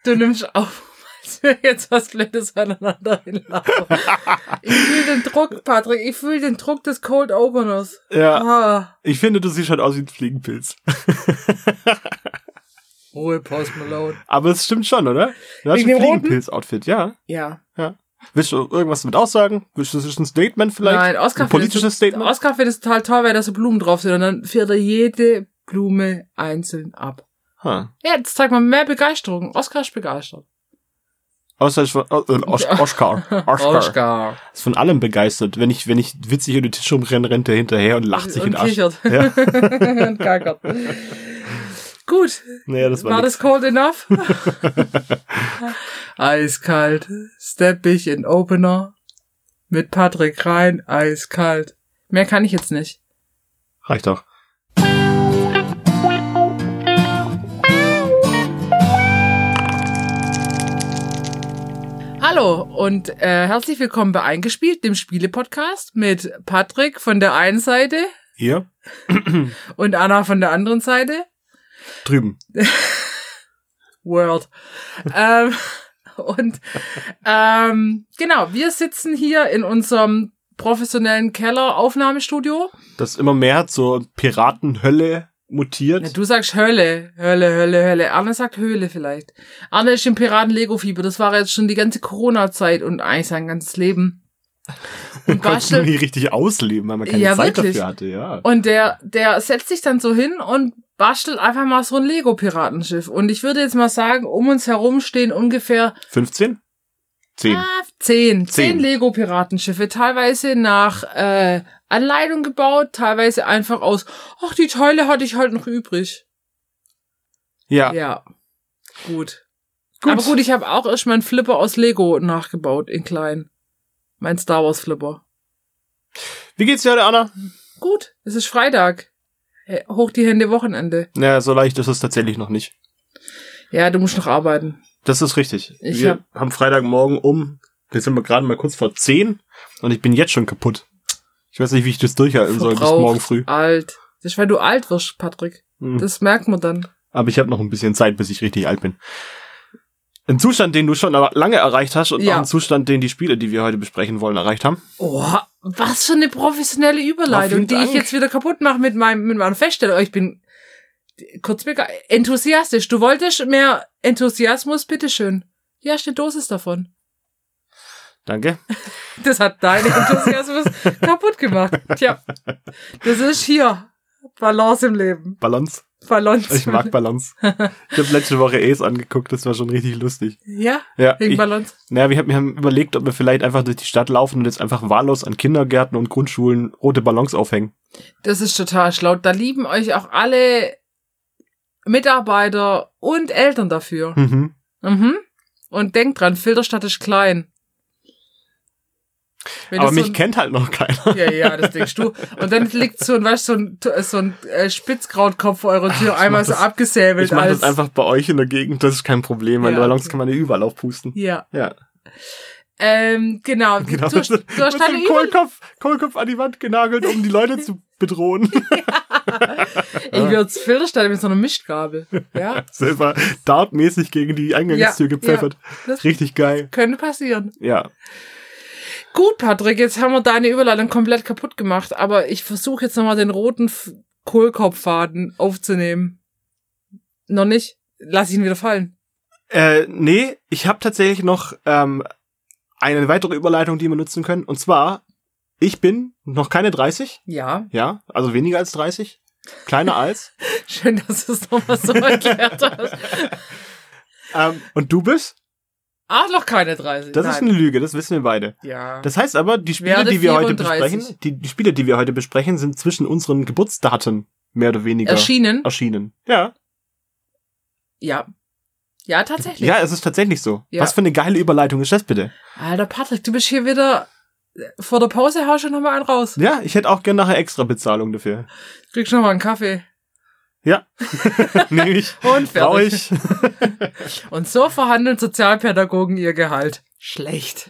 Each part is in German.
Du nimmst auf, als wir jetzt was Blödes aneinander hinlaufen. Ich fühle den Druck, Patrick. Ich fühle den Druck des Cold Openers. Ja. Ich finde, du siehst halt aus wie ein Fliegenpilz. Ruhe, Post Malone. Aber es stimmt schon, oder? Du hast ein Fliegenpilz-Outfit, ja. Ja. Willst du irgendwas damit aussagen? Willst du ein Statement vielleicht? Nein, Oskar ein politisches Statement? Oskar findet es total toll, weil da so Blumen drauf sind und dann fährt er jede Blume einzeln ab. Ja, jetzt zeigt man mehr Begeisterung. Oskar ist begeistert. Außer Oskar. Ist von allem begeistert. Wenn ich witzig über den Tisch rumrenne, rennt er hinterher und lacht sich in den Arsch. Kichert. Ja. Und kackert. Gut. Naja, das war das cold enough? Eiskalt. Stepp ich in Opener. Mit Patrick rein. Eiskalt. Mehr kann ich jetzt nicht. Reicht doch. Hallo und herzlich willkommen bei Eingespielt, dem Spiele-Podcast mit Patrick von der einen Seite. Hier. Und Anna von der anderen Seite. Drüben. World. Genau, wir sitzen hier in unserem professionellen Keller-Aufnahmestudio. Das immer mehr zur Piratenhölle mutiert. Ja, du sagst Hölle. Arne sagt Höhle vielleicht. Arne ist im Piraten-Lego-Fieber. Das war jetzt schon die ganze Corona-Zeit und eigentlich sein ganzes Leben. Und konnte man nie richtig ausleben, weil man keine Zeit dafür hatte, ja. Und der setzt sich dann so hin und bastelt einfach mal so ein Lego-Piratenschiff. Und ich würde jetzt mal sagen, um uns herum stehen ungefähr 15? 10. 10 Lego-Piratenschiffe. Teilweise nach Anleitung gebaut, teilweise einfach aus, ach, die Teile hatte ich halt noch übrig. Ja. Ja. Gut. Aber gut, ich habe auch erst meinen Flipper aus Lego nachgebaut, in klein. Mein Star Wars Flipper. Wie geht's dir heute, Anna? Gut, es ist Freitag. Hoch die Hände, Wochenende. Ja, so leicht ist es tatsächlich noch nicht. Ja, du musst noch arbeiten. Das ist richtig. Wir haben Freitagmorgen jetzt sind wir gerade mal kurz vor 10 und ich bin jetzt schon kaputt. Ich weiß nicht, wie ich das durchhalten soll bis morgen früh. Alt. Das ist, weil du alt wirst, Patrick. Das merkt man dann. Aber ich habe noch ein bisschen Zeit, bis ich richtig alt bin. Ein Zustand, den du schon lange erreicht hast und auch ein Zustand, den die Spiele, die wir heute besprechen wollen, erreicht haben. Oh, was für eine professionelle Überleitung, die ich jetzt wieder kaputt mache mit meiner Feststellung. Ich bin kurz enthusiastisch. Du wolltest mehr Enthusiasmus, bitteschön. Hier hast du eine Dosis davon. Danke. Das hat deinen Enthusiasmus kaputt gemacht. Tja, das ist hier Balance im Leben. Balance. Ich mag Balance. Ich habe letzte Woche Ace angeguckt, das war schon richtig lustig. Ja? Wegen Balance? Naja, wir haben überlegt, ob wir vielleicht einfach durch die Stadt laufen und jetzt einfach wahllos an Kindergärten und Grundschulen rote Ballons aufhängen. Das ist total schlau. Da lieben euch auch alle Mitarbeiter und Eltern dafür. Und denkt dran, Filderstadt ist klein. Aber mich kennt halt noch keiner. Ja, das denkst du. Und dann liegt so ein Spitzkrautkopf vor eurer Tür, einmal so abgesäbelt. Ich mach das einfach bei euch in der Gegend, das ist kein Problem, weil Ballons kann man ja überall aufpusten. Ja. Du Genau. hast einen Kohlkopf an die Wand genagelt, um die Leute zu bedrohen. Ich würde Filterstadt mit so einer Mischgabel. Ja. Selber dartmäßig gegen die Eingangstür gepfeffert. Richtig geil. Könnte passieren. Ja. Gut, Patrick, jetzt haben wir deine Überleitung komplett kaputt gemacht, aber ich versuche jetzt nochmal den roten Kohlkopffaden aufzunehmen. Noch nicht? Lass ich ihn wieder fallen. Nee, ich habe tatsächlich noch eine weitere Überleitung, die wir nutzen können. Und zwar, ich bin noch keine 30. Ja. Ja, also weniger als 30. Kleiner als. Schön, dass du es nochmal so erklärt hast. Und du bist? Ach, noch keine 30. Das ist eine Lüge, das wissen wir beide. Ja. Das heißt aber, die Spiele, die wir heute besprechen, die Spiele, die wir heute besprechen, sind zwischen unseren Geburtsdaten mehr oder weniger erschienen. Ja. Ja. Ja, tatsächlich. Ja, es ist tatsächlich so. Ja. Was für eine geile Überleitung ist das bitte? Alter Patrick, du bist hier wieder vor der Pause, hau schon nochmal einen raus. Ja, ich hätte auch gerne nachher extra Bezahlung dafür. Kriegst noch mal einen Kaffee. Ja. Nehme ich. Und fertig. Brauch ich. Und so verhandeln Sozialpädagogen ihr Gehalt. Schlecht.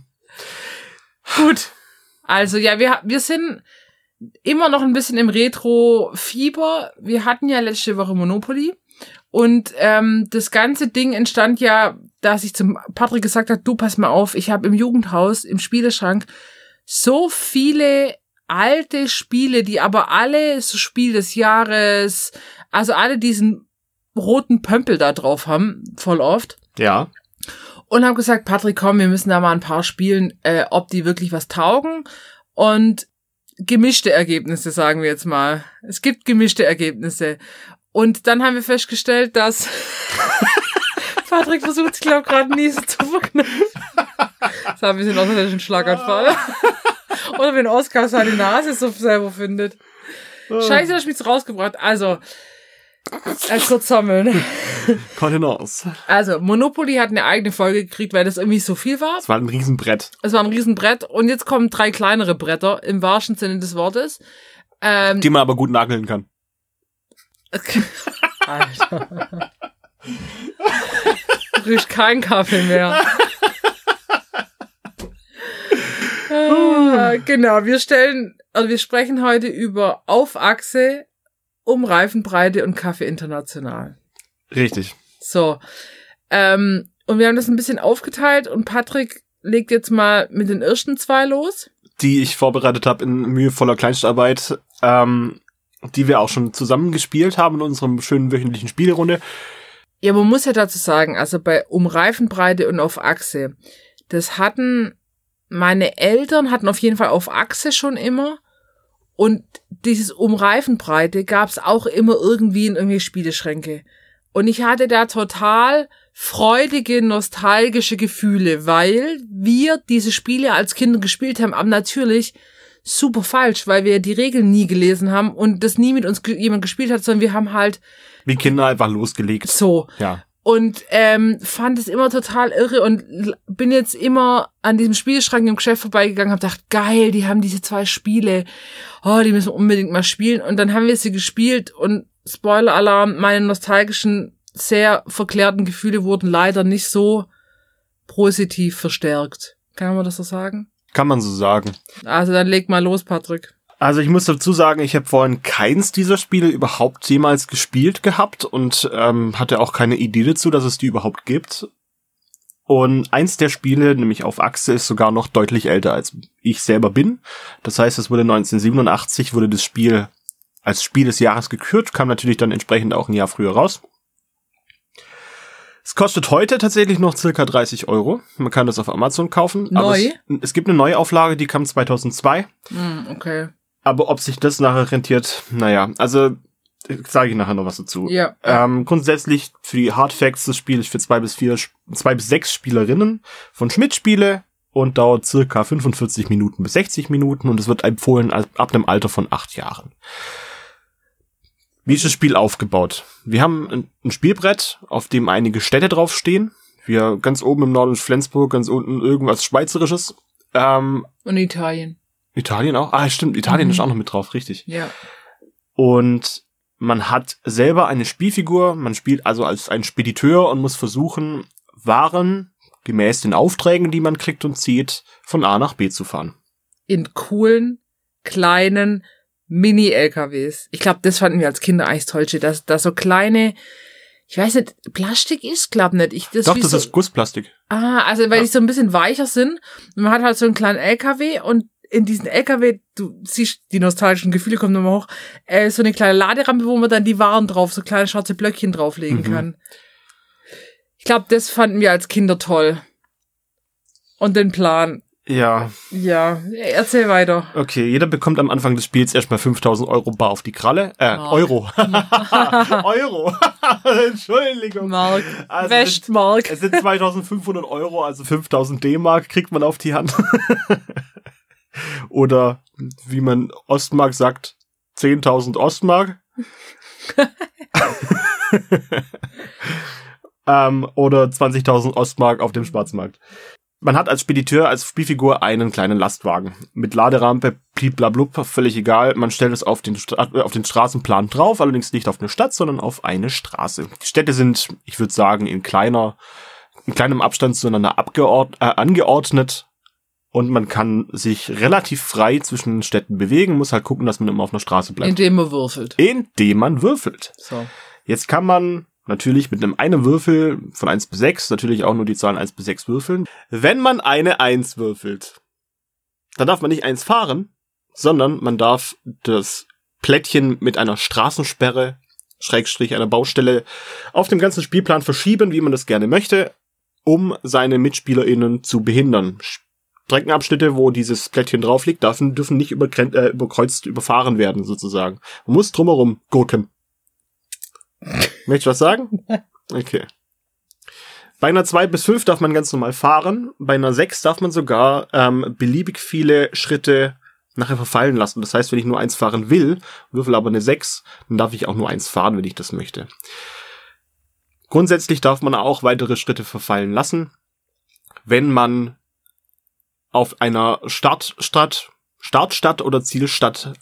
Gut. Also ja, wir sind immer noch ein bisschen im Retro-Fieber. Wir hatten ja letzte Woche Monopoly. Und das ganze Ding entstand ja, dass ich zum Patrick gesagt habe, du pass mal auf, ich habe im Jugendhaus, im Spieleschrank so viele alte Spiele, die aber alle so Spiel des Jahres, also alle diesen roten Pömpel da drauf haben, voll oft. Ja. Und habe gesagt, Patrick, komm, wir müssen da mal ein paar spielen, ob die wirklich was taugen. Und gemischte Ergebnisse, sagen wir jetzt mal. Es gibt gemischte Ergebnisse. Und dann haben wir festgestellt, dass Patrick versucht, ich glaube, gerade Niesen zu verknüpfen. Das war ein bisschen aus ein Schlaganfall. Oder wenn Oskar seine Nase so selber findet. Scheiße, dass ich mich rausgebracht. Also, kurz sammeln. Kontenance. Also, Monopoly hat eine eigene Folge gekriegt, weil das irgendwie so viel war. Es war ein Riesenbrett. Und jetzt kommen 3 kleinere Bretter, im wahrsten Sinne des Wortes. Die man aber gut nageln kann. Alter. Riecht kein Kaffee mehr. Genau, wir sprechen heute über Auf Achse, um Reifenbreite und Kaffee International. Richtig. So. Und wir haben das ein bisschen aufgeteilt und Patrick legt jetzt mal mit den ersten 2 los. Die ich vorbereitet habe in mühevoller Kleinstarbeit, die wir auch schon zusammen gespielt haben in unserem schönen wöchentlichen Spielerunde. Ja, man muss ja dazu sagen, also bei Um Reifenbreite und Auf Achse, das hatten meine Eltern hatten auf jeden Fall Auf Achse schon immer und dieses Um Reifenbreite gab's auch immer irgendwie in irgendwelche Spieleschränke. Und ich hatte da total freudige, nostalgische Gefühle, weil wir diese Spiele als Kinder gespielt haben, aber natürlich super falsch, weil wir die Regeln nie gelesen haben und das nie mit uns jemand gespielt hat, sondern wir haben halt wie Kinder einfach losgelegt. So. Ja. Und fand es immer total irre und bin jetzt immer an diesem Spielschrank im Geschäft vorbeigegangen und habe gedacht, geil, die haben diese 2 Spiele. Oh, die müssen wir unbedingt mal spielen. Und dann haben wir sie gespielt und Spoiler-Alarm, meine nostalgischen, sehr verklärten Gefühle wurden leider nicht so positiv verstärkt. Kann man das so sagen? Kann man so sagen. Also dann leg mal los, Patrick. Also ich muss dazu sagen, ich habe vorhin keins dieser Spiele überhaupt jemals gespielt gehabt und hatte auch keine Idee dazu, dass es die überhaupt gibt. Und eins der Spiele, nämlich Auf Achse, ist sogar noch deutlich älter als ich selber bin. Das heißt, es wurde 1987, wurde das Spiel als Spiel des Jahres gekürt, kam natürlich dann entsprechend auch ein Jahr früher raus. Es kostet heute tatsächlich noch circa 30 €. Man kann das auf Amazon kaufen. Neu? Aber es gibt eine Neuauflage, die kam 2002. Okay. Aber ob sich das nachher rentiert, naja, also sage ich nachher noch was dazu. Ja. Grundsätzlich für die Hard Facts, das Spiel ist für 2 bis 6 Spielerinnen von Schmidt Spiele und dauert circa 45 Minuten bis 60 Minuten und es wird empfohlen ab einem Alter von 8 Jahren. Wie ist das Spiel aufgebaut? Wir haben ein Spielbrett, auf dem einige Städte draufstehen. Wir ganz oben im Norden Flensburg, ganz unten irgendwas Schweizerisches. Und Italien. Italien auch? Ah, stimmt, Italien ist auch noch mit drauf, richtig. Ja. Und man hat selber eine Spielfigur, man spielt also als ein Spediteur und muss versuchen, Waren, gemäß den Aufträgen, die man kriegt und zieht, von A nach B zu fahren. In coolen, kleinen Mini-LKWs. Ich glaube, das fanden wir als Kinder eigentlich toll, dass da so kleine, ich weiß nicht, Plastik ist, glaub nicht. Das ist Gussplastik. Also weil die so ein bisschen weicher sind. Und man hat halt so einen kleinen LKW und in diesen LKW, du siehst, die nostalgischen Gefühle kommen nochmal hoch, so eine kleine Laderampe, wo man dann die Waren drauf, so kleine schwarze Blöckchen drauflegen kann. Ich glaube, das fanden wir als Kinder toll. Und den Plan. Ja. Ja, erzähl weiter. Okay, jeder bekommt am Anfang des Spiels erstmal 5.000 € bar auf die Kralle. Euro. Euro. Entschuldigung. Mark. Also Westmark. Es sind 2.500 €, also 5.000 D-Mark kriegt man auf die Hand. Oder, wie man Ostmark sagt, 10.000 Ostmark. Oder 20.000 Ostmark auf dem Schwarzmarkt. Man hat als Spediteur, als Spielfigur einen kleinen Lastwagen. Mit Laderampe, bliblablub, völlig egal. Man stellt es auf den Straßenplan drauf, allerdings nicht auf eine Stadt, sondern auf eine Straße. Die Städte sind, ich würde sagen, in kleinem Abstand zueinander angeordnet. Und man kann sich relativ frei zwischen den Städten bewegen, muss halt gucken, dass man immer auf einer Straße bleibt. Indem man würfelt. Indem man würfelt. So. Jetzt kann man Natürlich mit einem Würfel von 1 bis 6, natürlich auch nur die Zahlen 1 bis 6 würfeln. Wenn man eine 1 würfelt, dann darf man nicht 1 fahren, sondern man darf das Plättchen mit einer Straßensperre, Schrägstrich einer Baustelle, auf dem ganzen Spielplan verschieben, wie man das gerne möchte, um seine MitspielerInnen zu behindern. Streckenabschnitte, wo dieses Plättchen drauf liegt, dürfen nicht überfahren werden, sozusagen. Man muss drumherum gurken. Möchtest du was sagen? Okay. Bei einer 2 bis 5 darf man ganz normal fahren. Bei einer 6 darf man sogar beliebig viele Schritte nachher verfallen lassen. Das heißt, wenn ich nur 1 fahren will, würfel aber eine 6, dann darf ich auch nur 1 fahren, wenn ich das möchte. Grundsätzlich darf man auch weitere Schritte verfallen lassen, wenn man auf einer Startstadt oder Zielstadt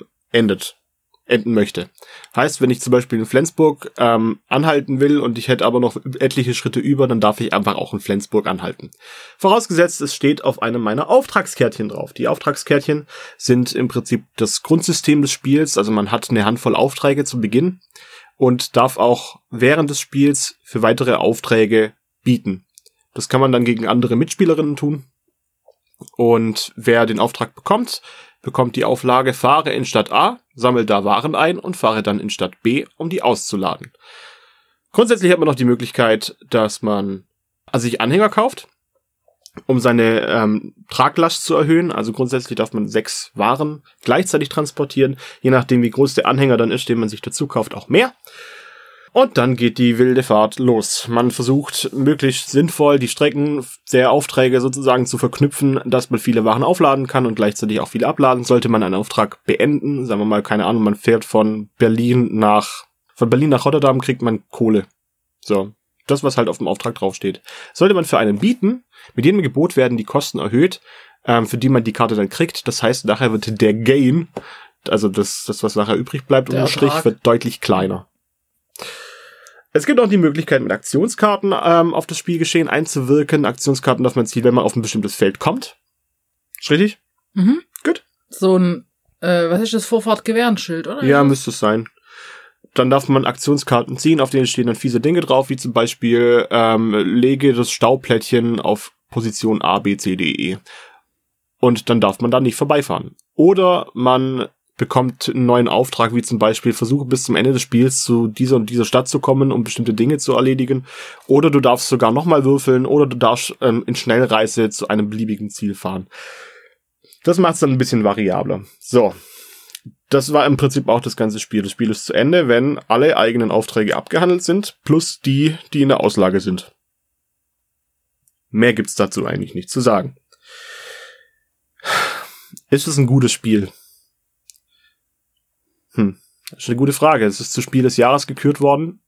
enden möchte. Heißt, wenn ich zum Beispiel in Flensburg anhalten will und ich hätte aber noch etliche Schritte über, dann darf ich einfach auch in Flensburg anhalten. Vorausgesetzt, es steht auf einem meiner Auftragskärtchen drauf. Die Auftragskärtchen sind im Prinzip das Grundsystem des Spiels, also man hat eine Handvoll Aufträge zu Beginn und darf auch während des Spiels für weitere Aufträge bieten. Das kann man dann gegen andere Mitspielerinnen tun. Und wer den Auftrag bekommt die Auflage, fahre in Stadt A, sammle da Waren ein und fahre dann in Stadt B, um die auszuladen. Grundsätzlich hat man noch die Möglichkeit, dass man sich Anhänger kauft, um seine Traglast zu erhöhen. Also grundsätzlich darf man 6 Waren gleichzeitig transportieren. Je nachdem, wie groß der Anhänger dann ist, den man sich dazu kauft, auch mehr. Und dann geht die wilde Fahrt los. Man versucht möglichst sinnvoll die Strecken der Aufträge sozusagen zu verknüpfen, dass man viele Waren aufladen kann und gleichzeitig auch viele abladen. Sollte man einen Auftrag beenden, sagen wir mal, keine Ahnung, man fährt von Berlin nach Rotterdam, kriegt man Kohle. So, das, was halt auf dem Auftrag draufsteht. Sollte man für einen bieten, mit jedem Gebot werden die Kosten erhöht, für die man die Karte dann kriegt. Das heißt, nachher wird der Gain, also das was nachher übrig bleibt, unterm Strich, wird deutlich kleiner. Es gibt auch die Möglichkeit, mit Aktionskarten auf das Spielgeschehen einzuwirken. Aktionskarten darf man ziehen, wenn man auf ein bestimmtes Feld kommt. Ist richtig? Mhm. Gut. So ein, was ist das, Vorfahrt-Gewehrenschild, oder? Ja, müsste es sein. Dann darf man Aktionskarten ziehen, auf denen stehen dann fiese Dinge drauf, wie zum Beispiel lege das Stauplättchen auf Position A, B, C, D, E. Und dann darf man da nicht vorbeifahren. Oder man bekommt einen neuen Auftrag, wie zum Beispiel versuche bis zum Ende des Spiels zu dieser und dieser Stadt zu kommen, um bestimmte Dinge zu erledigen. Oder du darfst sogar nochmal würfeln oder du darfst in Schnellreise zu einem beliebigen Ziel fahren. Das macht es dann ein bisschen variabler. So, das war im Prinzip auch das ganze Spiel. Das Spiel ist zu Ende, wenn alle eigenen Aufträge abgehandelt sind, plus die in der Auslage sind. Mehr gibt's dazu eigentlich nicht zu sagen. Ist es ein gutes Spiel? Das ist eine gute Frage. Es ist zu Spiel des Jahres gekürt worden.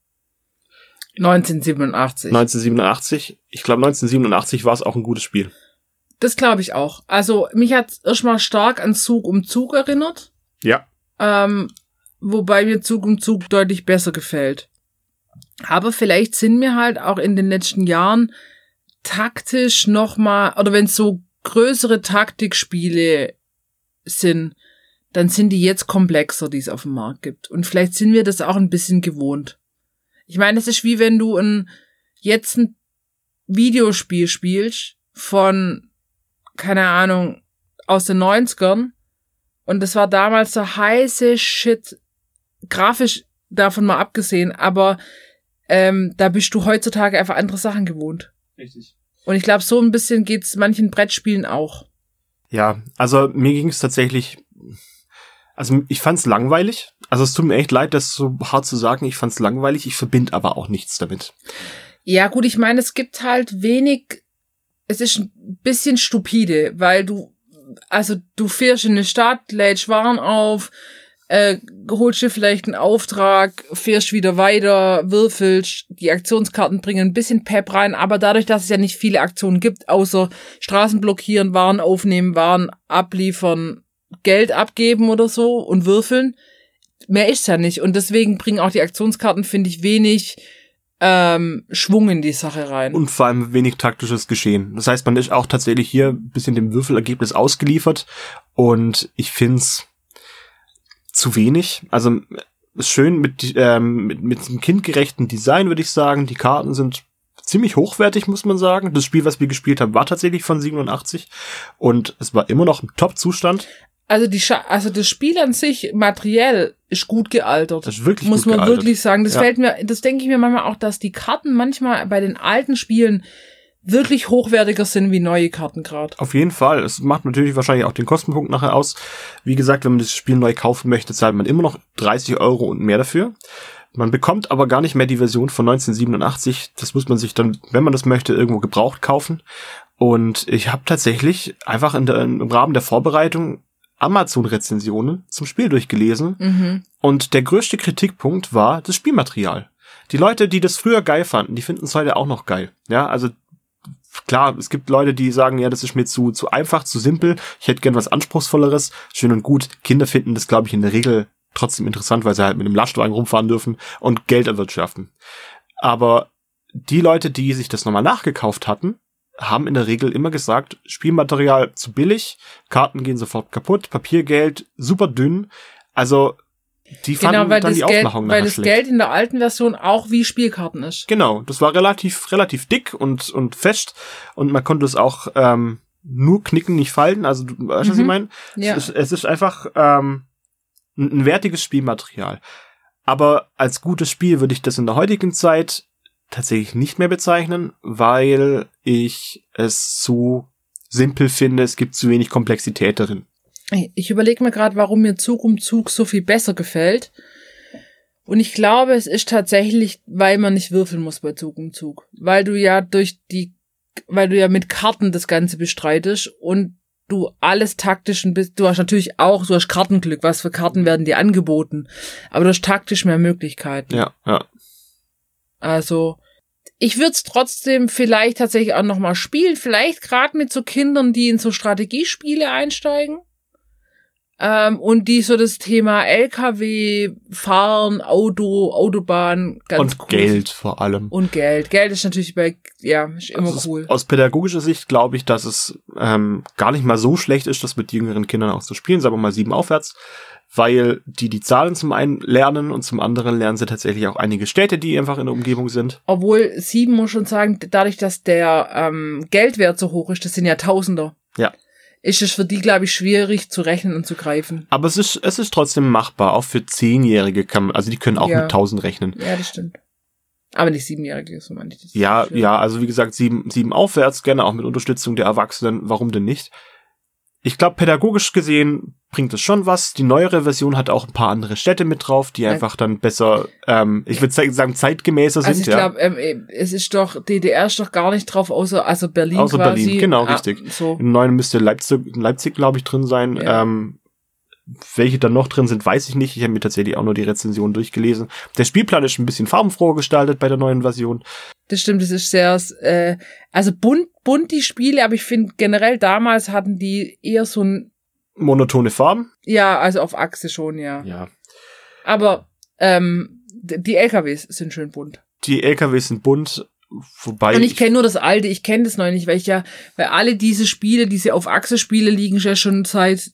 1987. Ich glaube, 1987 war es auch ein gutes Spiel. Das glaube ich auch. Also, mich hat es erstmal stark an Zug um Zug erinnert. Ja. Wobei mir Zug um Zug deutlich besser gefällt. Aber vielleicht sind mir halt auch in den letzten Jahren taktisch nochmal, oder wenn es so größere Taktikspiele sind, dann sind die jetzt komplexer, die es auf dem Markt gibt. Und vielleicht sind wir das auch ein bisschen gewohnt. Ich meine, es ist wie wenn du jetzt ein Videospiel spielst von, keine Ahnung, aus den 90ern. Und das war damals so heiße Shit, grafisch davon mal abgesehen, aber da bist du heutzutage einfach andere Sachen gewohnt. Richtig. Und ich glaube, so ein bisschen geht's manchen Brettspielen auch. Ja, also mir ging es tatsächlich. Also ich fand's langweilig. Also es tut mir echt leid, das so hart zu sagen. Ich fand's langweilig. Ich verbinde aber auch nichts damit. Ja gut, ich meine, es gibt halt wenig. Es ist ein bisschen stupide, weil du fährst in eine Stadt, lädst Waren auf, holst dir vielleicht einen Auftrag, fährst wieder weiter, würfelst. Die Aktionskarten bringen ein bisschen Pep rein, aber dadurch, dass es ja nicht viele Aktionen gibt, außer Straßen blockieren, Waren aufnehmen, Waren abliefern, Geld abgeben oder so und würfeln. Mehr ist's ja nicht. Und deswegen bringen auch die Aktionskarten, finde ich, wenig Schwung in die Sache rein. Und vor allem wenig taktisches Geschehen. Das heißt, man ist auch tatsächlich hier ein bisschen dem Würfelergebnis ausgeliefert. Und ich find's zu wenig. Also ist schön mit einem kindgerechten Design, würde ich sagen. Die Karten sind ziemlich hochwertig, muss man sagen. Das Spiel, was wir gespielt haben, war tatsächlich von 87 und es war immer noch im Top-Zustand. Also das Spiel an sich materiell ist gut gealtert. Das ist wirklich muss gut man gealtert. Wirklich sagen. Das denke ich mir manchmal auch, dass die Karten manchmal bei den alten Spielen wirklich hochwertiger sind wie neue Karten gerade. Auf jeden Fall. Es macht natürlich wahrscheinlich auch den Kostenpunkt nachher aus. Wie gesagt, wenn man das Spiel neu kaufen möchte, zahlt man immer noch 30 € und mehr dafür. Man bekommt aber gar nicht mehr die Version von 1987. Das muss man sich dann, wenn man das möchte, irgendwo gebraucht kaufen. Und ich habe tatsächlich einfach im Rahmen der Vorbereitung Amazon-Rezensionen zum Spiel durchgelesen. Mhm. Und der größte Kritikpunkt war das Spielmaterial. Die Leute, die das früher geil fanden, die finden es heute auch noch geil. Ja, also klar, es gibt Leute, die sagen, ja, das ist mir zu einfach, zu simpel. Ich hätte gern was Anspruchsvolleres. Schön und gut. Kinder finden das, glaube ich, in der Regel trotzdem interessant, weil sie halt mit einem Lastwagen rumfahren dürfen und Geld erwirtschaften. Aber die Leute, die sich das nochmal nachgekauft hatten, haben in der Regel immer gesagt, Spielmaterial zu billig, Karten gehen sofort kaputt, Papiergeld super dünn. Also die fanden dann die Aufmachung nachher schlecht. Weil das Geld in der alten Version auch wie Spielkarten ist. Genau, das war relativ dick und fest und man konnte es auch nur knicken, nicht falten. Also du weißt, was ich meine? Ja. Es ist einfach ein wertiges Spielmaterial. Aber als gutes Spiel würde ich das in der heutigen Zeit tatsächlich nicht mehr bezeichnen, weil ich es zu simpel finde. Es gibt zu wenig Komplexität darin. Ich überlege mir gerade, warum mir Zug um Zug so viel besser gefällt. Und ich glaube, es ist tatsächlich, weil man nicht würfeln muss bei Zug um Zug. Weil du ja mit Karten das Ganze bestreitest und du alles taktischen bist. Du hast Kartenglück. Was für Karten werden dir angeboten? Aber du hast taktisch mehr Möglichkeiten. Ja. Also, ich würde es trotzdem vielleicht tatsächlich auch nochmal spielen. Vielleicht gerade mit so Kindern, die in so Strategiespiele einsteigen. Und die so das Thema LKW, Fahren, Autobahn, ganz und cool. Geld vor allem. Und Geld. Geld ist natürlich ist immer cool. Aus pädagogischer Sicht glaube ich, dass es gar nicht mal so schlecht ist, das mit jüngeren Kindern auch zu spielen, sagen wir mal 7 aufwärts, weil die Zahlen zum einen lernen und zum anderen lernen sie tatsächlich auch einige Städte, die einfach in der Umgebung sind. Obwohl 7 muss schon sagen, dadurch, dass der Geldwert so hoch ist, das sind ja Tausender. Ja. Ist es für die, glaube ich, schwierig zu rechnen und zu greifen. Aber es ist trotzdem machbar, auch für 10-Jährige also die können auch mit 1000 rechnen. Ja, das stimmt. Aber nicht 7-Jährige, so meine ich das. Ja, also wie gesagt, 7 aufwärts, gerne auch mit Unterstützung der Erwachsenen, warum denn nicht? Ich glaube, pädagogisch gesehen bringt es schon was. Die neuere Version hat auch ein paar andere Städte mit drauf, die einfach dann besser, ich würde sagen, zeitgemäßer sind. Also ich glaube, es ist doch, DDR ist doch gar nicht drauf, außer Berlin außer quasi. Berlin, genau, richtig. So. Im neuen müsste Leipzig, glaube ich, drin sein. Ja. Welche dann noch drin sind, weiß ich nicht. Ich habe mir tatsächlich auch nur die Rezension durchgelesen. Der Spielplan ist ein bisschen farbenfroher gestaltet bei der neuen Version. Das stimmt, das ist sehr, also bunt die Spiele, aber ich finde generell damals hatten die eher so ein monotone Farben? Ja, also auf Achse schon, ja. Ja. Aber die LKWs sind schön bunt. Die LKWs sind bunt, wobei und ich kenne nur das alte, ich kenne das noch nicht, weil alle diese Spiele, diese auf Achse Spiele liegen ja schon seit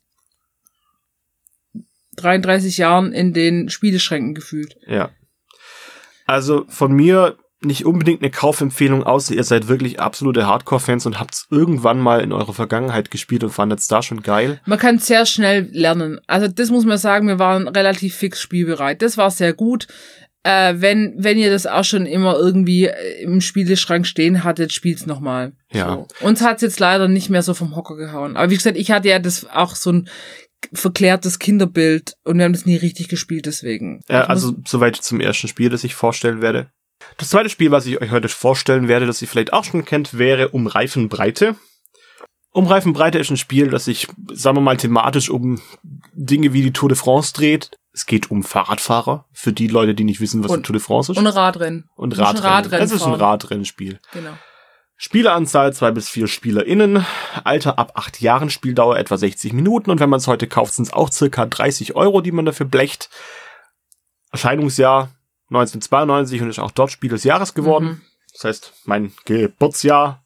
33 Jahren in den Spieleschränken gefühlt. Ja. Also von mir nicht unbedingt eine Kaufempfehlung, außer ihr seid wirklich absolute Hardcore-Fans und habt's irgendwann mal in eurer Vergangenheit gespielt und fandet's da schon geil. Man kann sehr schnell lernen. Also das muss man sagen, wir waren relativ fix spielbereit. Das war sehr gut. Wenn ihr das auch schon immer irgendwie im Spieleschrank stehen hattet, spielt's nochmal. Ja. So. Uns hat's jetzt leider nicht mehr so vom Hocker gehauen. Aber wie gesagt, ich hatte ja das auch so ein verklärtes Kinderbild und wir haben das nie richtig gespielt, deswegen. Ja, also soweit zum ersten Spiel, das ich vorstellen werde. Das zweite Spiel, was ich euch heute vorstellen werde, das ihr vielleicht auch schon kennt, wäre Um Reifenbreite. Um Reifenbreite ist ein Spiel, das sich, sagen wir mal, thematisch um Dinge wie die Tour de France dreht. Es geht um Fahrradfahrer, für die Leute, die nicht wissen, was die Tour de France ist. Und Radrennen. Und Radrennen. Es ist ein Radrennspiel. Genau. Spieleranzahl 2 bis 4 SpielerInnen, Alter ab 8 Jahren, Spieldauer etwa 60 Minuten und wenn man es heute kauft, sind es auch circa 30 €, die man dafür blecht. Erscheinungsjahr 1992 und ist auch dort Spiel des Jahres geworden. Mhm. Das heißt, mein Geburtsjahr.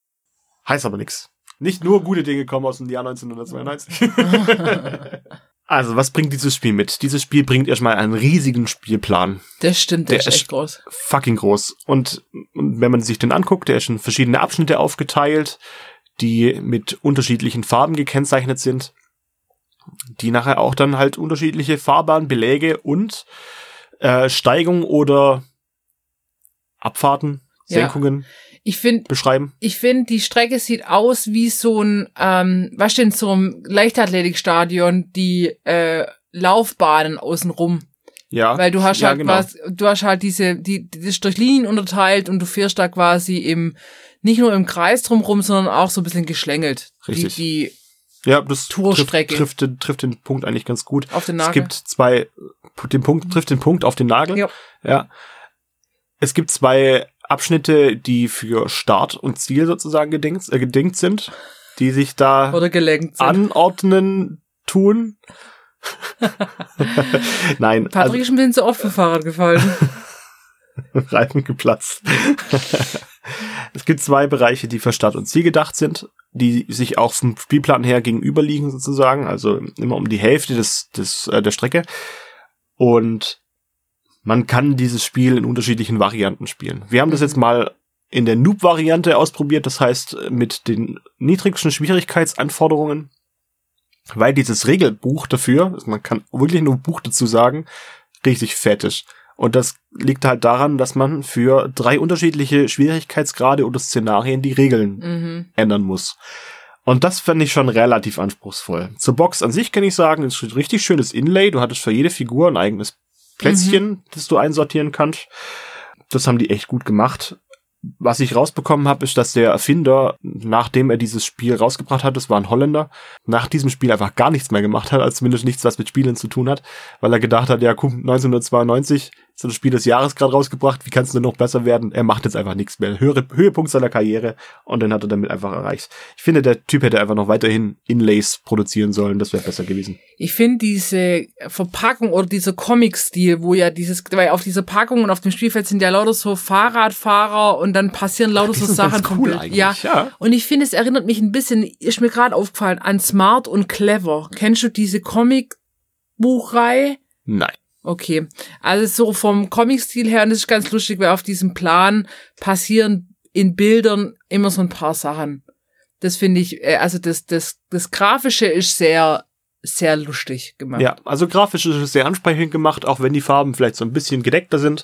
Heißt aber nichts. Nicht nur gute Dinge kommen aus dem Jahr 1992. Also, was bringt dieses Spiel mit? Dieses Spiel bringt erstmal einen riesigen Spielplan. Das stimmt, der ist echt groß. Fucking groß. Und wenn man sich den anguckt, der ist in verschiedene Abschnitte aufgeteilt, die mit unterschiedlichen Farben gekennzeichnet sind, die nachher auch dann halt unterschiedliche Fahrbahnen, Beläge und Steigungen oder Abfahrten, Senkungen beschreiben. Ich finde, die Strecke sieht aus wie so ein, was steht in so einem Leichtathletikstadion, die Laufbahnen außenrum. Ja. Weil du hast halt genau. du hast halt das ist durch Linien unterteilt und du fährst da quasi nicht nur im Kreis drumrum, sondern auch so ein bisschen geschlängelt. Richtig. Ja, das Tourstrecke. Trifft den Punkt eigentlich ganz gut. Auf den Nagel. Trifft den Punkt auf den Nagel. Ja. Es gibt 2 Abschnitte, die für Start und Ziel sozusagen gedingt sind, die sich da oder gelenkt sind. Anordnen tun. Nein. Patrick ist ein bisschen zu oft vom Fahrrad gefallen. Reifen geplatzt. Es gibt 2 Bereiche, die für Start und Ziel gedacht sind, die sich auch vom Spielplan her gegenüberliegen sozusagen, also immer um die Hälfte der Strecke. Und man kann dieses Spiel in unterschiedlichen Varianten spielen. Wir haben das jetzt mal in der Noob-Variante ausprobiert, das heißt mit den niedrigsten Schwierigkeitsanforderungen, weil dieses Regelbuch dafür, man kann wirklich nur Buch dazu sagen, richtig fett ist. Und das liegt halt daran, dass man für 3 unterschiedliche Schwierigkeitsgrade oder Szenarien die Regeln ändern muss. Und das fand ich schon relativ anspruchsvoll. Zur Box an sich kann ich sagen, es ist ein richtig schönes Inlay. Du hattest für jede Figur ein eigenes Plätzchen, das du einsortieren kannst. Das haben die echt gut gemacht. Was ich rausbekommen habe, ist, dass der Erfinder, nachdem er dieses Spiel rausgebracht hat, das war ein Holländer, nach diesem Spiel einfach gar nichts mehr gemacht hat, also zumindest nichts, was mit Spielen zu tun hat, weil er gedacht hat, ja, 1992 ist das Spiel des Jahres gerade rausgebracht, wie kann es denn noch besser werden? Er macht jetzt einfach nichts mehr. Höhepunkt seiner Karriere und dann hat er damit einfach erreicht. Ich finde, der Typ hätte einfach noch weiterhin Inlays produzieren sollen, das wäre besser gewesen. Ich finde diese Verpackung oder dieser Comic-Stil, wo ja weil auf dieser Packung und auf dem Spielfeld sind ja lauter so Fahrradfahrer und dann passieren lauter so Sachen. Cool eigentlich, ja. Und ich finde, es erinnert mich ein bisschen, ist mir gerade aufgefallen, an Smart und Clever. Kennst du diese Comic-Buchreihe? Nein. Okay, also so vom Comic-Stil her, und das ist ganz lustig, weil auf diesem Plan passieren in Bildern immer so ein paar Sachen. Das finde ich, also das Grafische ist sehr, sehr lustig gemacht. Ja, also grafisch ist es sehr ansprechend gemacht, auch wenn die Farben vielleicht so ein bisschen gedeckter sind